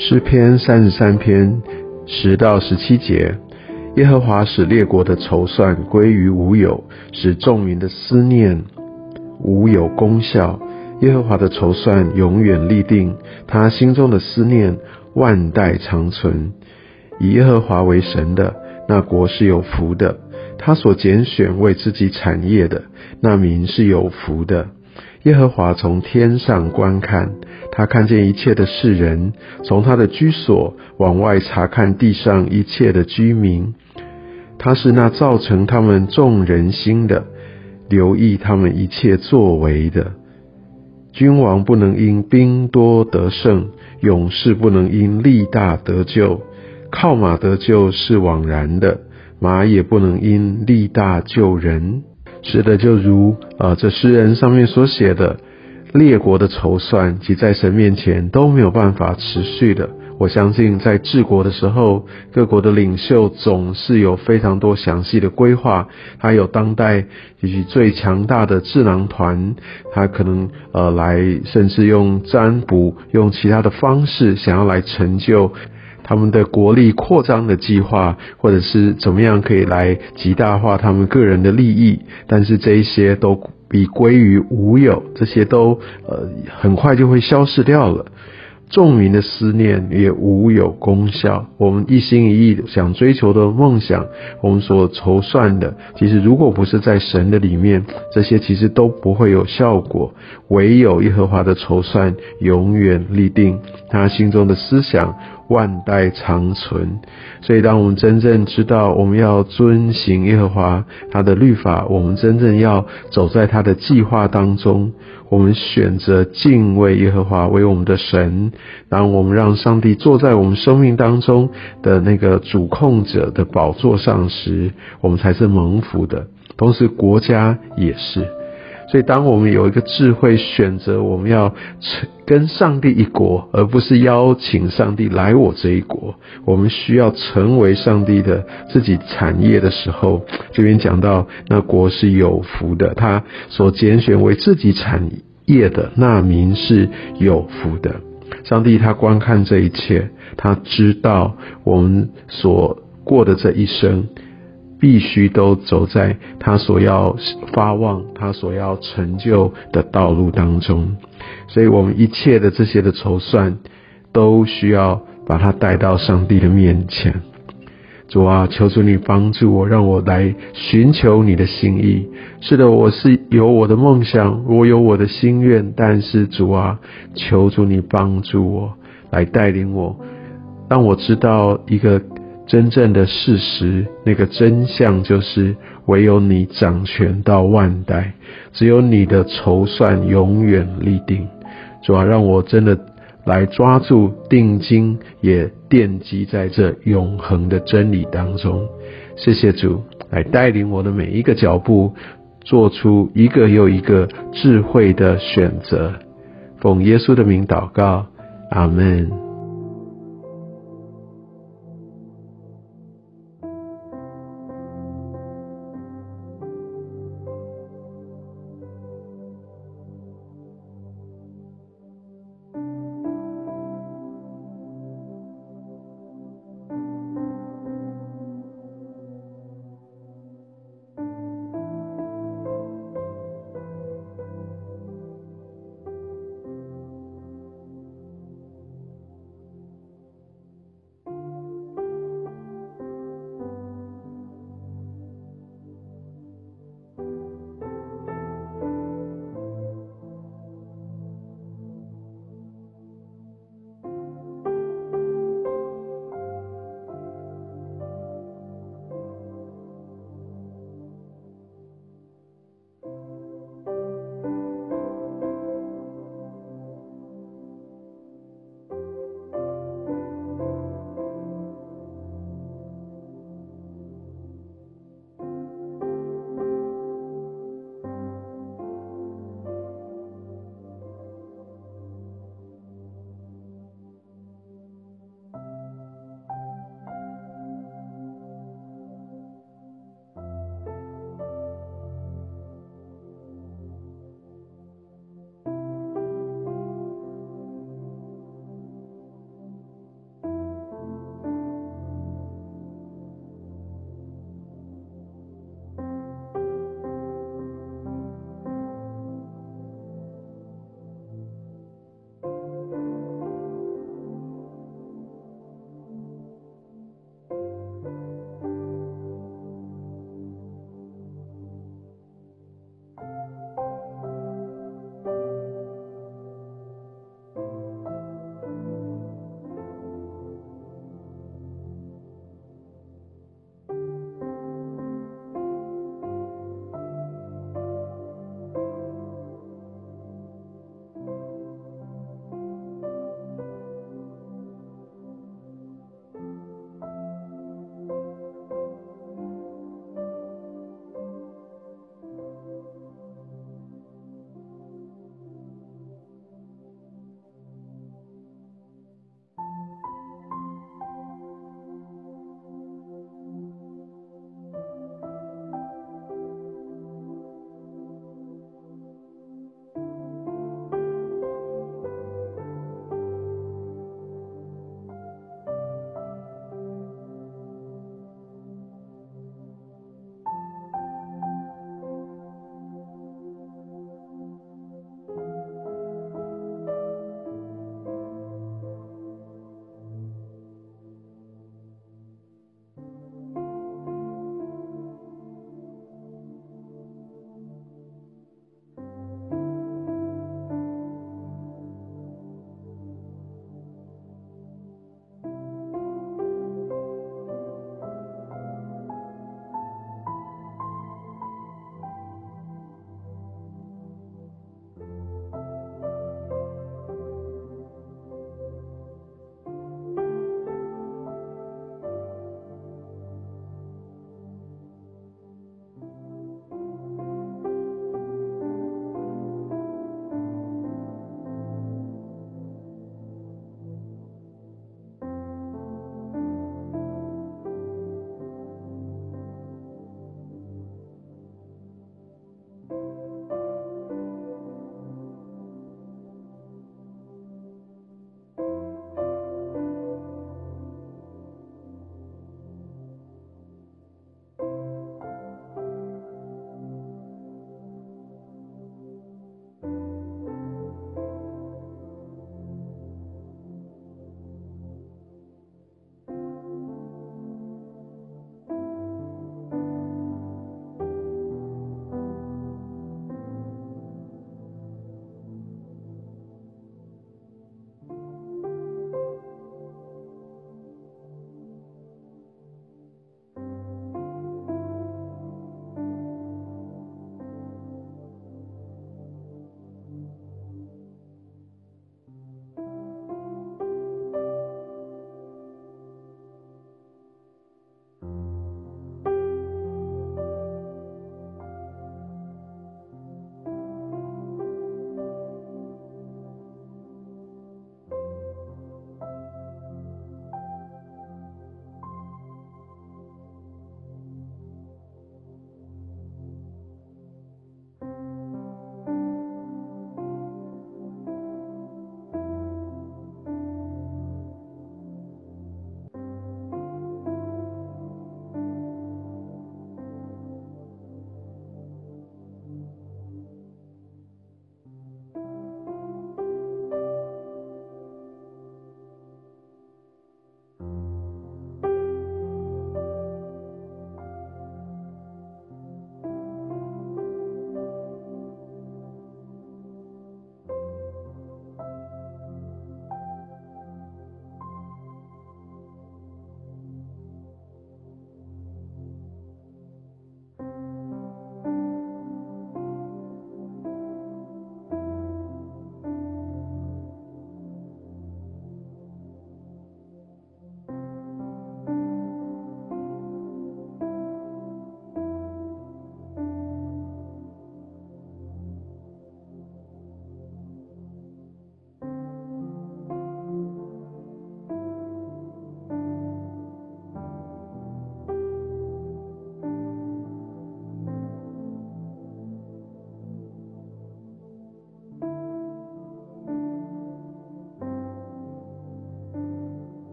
诗篇33篇10到17节，耶和华使列国的筹算归于无有，使众民的思念无有功效。耶和华的筹算永远立定，他心中的思念万代长存。以耶和华为神的，那国是有福的；他所拣选为自己产业的，那民是有福的。耶和华从天上观看，他看见一切的世人，从他的居所往外查看地上一切的居民。他是那造成他们众人心的，留意他们一切作为的。君王不能因兵多得胜，勇士不能因力大得救。靠马得救是枉然的，马也不能因力大救人。是的，就如这诗人上面所写的，列国的筹算及在神面前都没有办法持续的。我相信在治国的时候，各国的领袖总是有非常多详细的规划，还有当代以及最强大的智囊团，他可能来甚至用占卜，用其他的方式想要来成就他们的国力扩张的计划，或者是怎么样可以来极大化他们个人的利益，但是这一些都已归于无有，这些都很快就会消失掉了。众民的思念也无有功效，我们一心一意想追求的梦想，我们所筹算的，其实如果不是在神的里面，这些其实都不会有效果。唯有耶和华的筹算永远立定，他心中的思想万代长存。所以当我们真正知道我们要遵行耶和华他的律法，我们真正要走在他的计划当中，我们选择敬畏耶和华为我们的神，当我们让上帝坐在我们生命当中的那个主控者的宝座上时，我们才是蒙福的，同时国家也是。所以当我们有一个智慧选择我们要跟上帝一国，而不是邀请上帝来我这一国，我们需要成为上帝的自己产业的时候，这边讲到那国是有福的，他所拣选为自己产业的那民是有福的。上帝他观看这一切，他知道我们所过的这一生必须都走在他所要发望，他所要成就的道路当中。所以我们一切的这些的筹算都需要把它带到上帝的面前。主啊，求主你帮助我，让我来寻求你的心意。是的，我是有我的梦想，我有我的心愿，但是主啊，求主你帮助我，来带领我，让我知道一个真正的事实，那个真相就是唯有你掌权到万代，只有你的筹算永远立定。主啊，让我真的来抓住定睛，也奠基在这永恒的真理当中。谢谢主来带领我的每一个脚步，做出一个又一个智慧的选择。奉耶稣的名祷告，阿们。